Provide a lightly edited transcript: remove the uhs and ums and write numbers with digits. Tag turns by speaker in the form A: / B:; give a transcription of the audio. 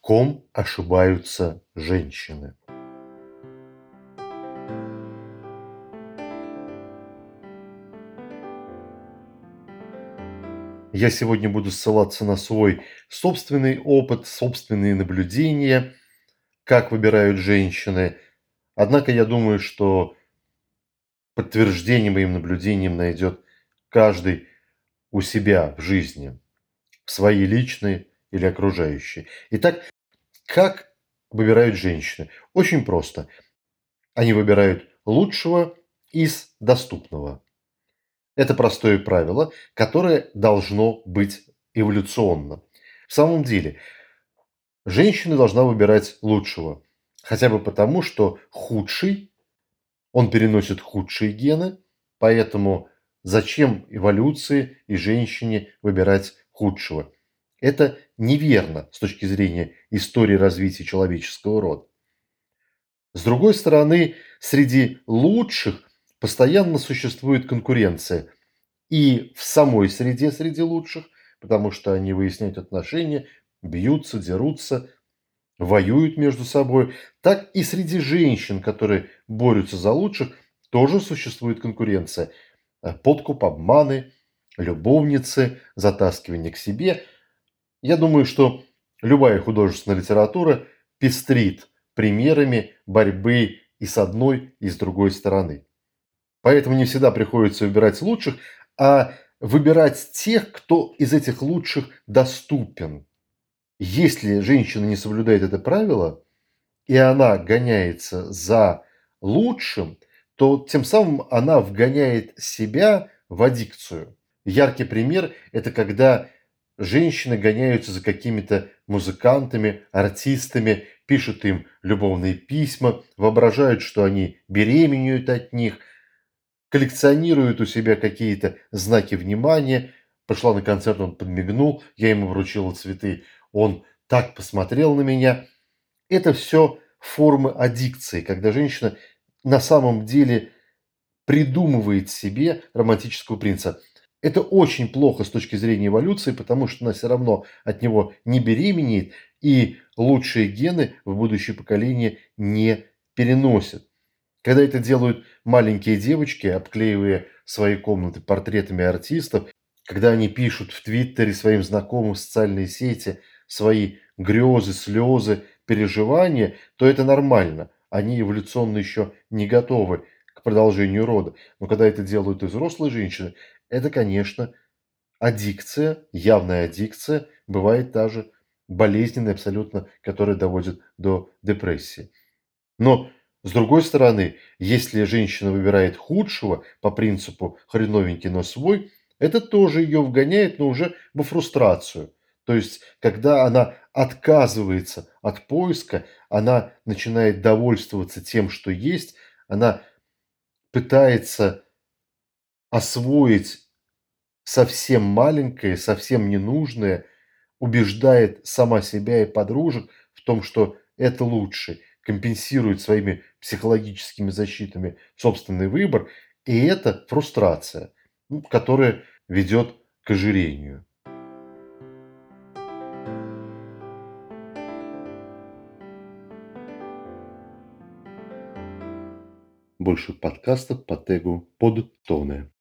A: ком ошибаются женщины? Я сегодня буду ссылаться на свой собственный опыт, собственные наблюдения, как выбирают женщины. Однако я думаю, что подтверждение моим наблюдениям найдет каждый у себя в жизни, в своей личной или окружающей. Итак, как выбирают женщины? Очень просто. Они выбирают лучшего из доступного. Это простое правило, которое должно быть эволюционно. В самом деле, женщина должна выбирать лучшего. Хотя бы потому, что худший, он переносит худшие гены, поэтому зачем эволюции и женщине выбирать худшего? Это неверно с точки зрения истории развития человеческого рода. С другой стороны, среди лучших постоянно существует конкуренция и в самой среде среди лучших, потому что они выясняют отношения, бьются, дерутся, воюют между собой, так и среди женщин, которые борются за лучших, тоже существует конкуренция. Подкуп, обманы, любовницы, затаскивание к себе. Я думаю, что любая художественная литература пестрит примерами борьбы и с одной, и с другой стороны. Поэтому не всегда приходится выбирать лучших, а выбирать тех, кто из этих лучших доступен. Если женщина не соблюдает это правило, и она гоняется за лучшим, то тем самым она вгоняет себя в аддикцию. Яркий пример – это когда женщины гоняются за какими-то музыкантами, артистами, пишут им любовные письма, воображают, что они беременеют от них, коллекционируют у себя какие-то знаки внимания. Пошла на концерт, он подмигнул, я ему вручила цветы, он так посмотрел на меня. Это все формы аддикции, когда женщина на самом деле придумывает себе романтического принца. Это очень плохо с точки зрения эволюции, потому что она все равно от него не беременеет, и лучшие гены в будущее поколение не переносят. Когда это делают маленькие девочки, обклеивая свои комнаты портретами артистов, когда они пишут в Твиттере своим знакомым в социальные сети свои грезы, слезы, переживания, то это нормально. Они эволюционно еще не готовы к продолжению рода. Но когда это делают и взрослые женщины, это, конечно, аддикция, явная аддикция, бывает даже болезненная абсолютно, которая доводит до депрессии. Но, с другой стороны, если женщина выбирает худшего по принципу «хреновенький, но свой», это тоже ее вгоняет, но уже во фрустрацию. То есть, когда она отказывается от поиска, она начинает довольствоваться тем, что есть, она пытается освоить совсем маленькое, совсем ненужное, убеждает сама себя и подружек в том, что это лучше, компенсирует своими психологическими защитами собственный выбор, и это фрустрация, которая ведет к ожирению. Больше подкастов по тегу «Подтоны».